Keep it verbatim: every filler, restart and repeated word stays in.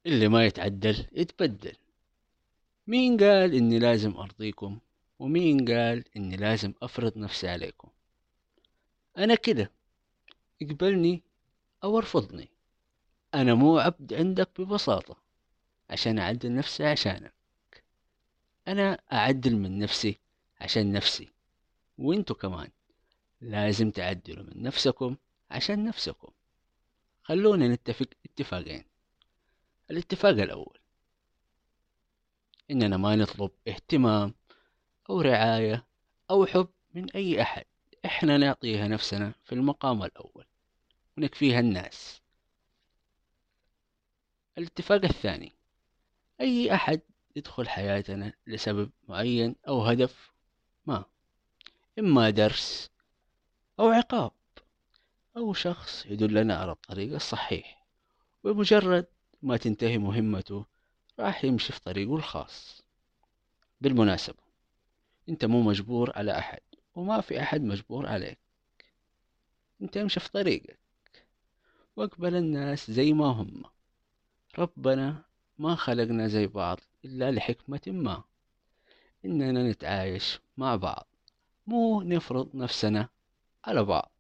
اللي ما يتعدل يتبدل. مين قال إني لازم أرضيكم؟ ومين قال إني لازم أفرض نفسي عليكم؟ أنا كده، اقبلني أو ارفضني. أنا مو عبد عندك ببساطة عشان أعدل نفسي عشانك. أنا أعدل من نفسي عشان نفسي، وإنتوا كمان لازم تعدلوا من نفسكم عشان نفسكم. خلونا نتفق اتفاقين. الاتفاق الأول، إننا ما نطلب اهتمام أو رعاية أو حب من أي أحد. إحنا نعطيها نفسنا في المقام الأول ونكفيها الناس. الاتفاق الثاني، أي أحد يدخل حياتنا لسبب معين أو هدف ما، إما درس أو عقاب أو شخص يدلنا على الطريق الصحيح، وبمجرد ما تنتهي مهمته راح يمشي في طريقه الخاص. بالمناسبة، انت مو مجبور على أحد، وما في أحد مجبور عليك. انت امشي في طريقك واقبل الناس زي ما هم. ربنا ما خلقنا زي بعض إلا لحكمة ما، إننا نتعايش مع بعض، مو نفرض نفسنا على بعض.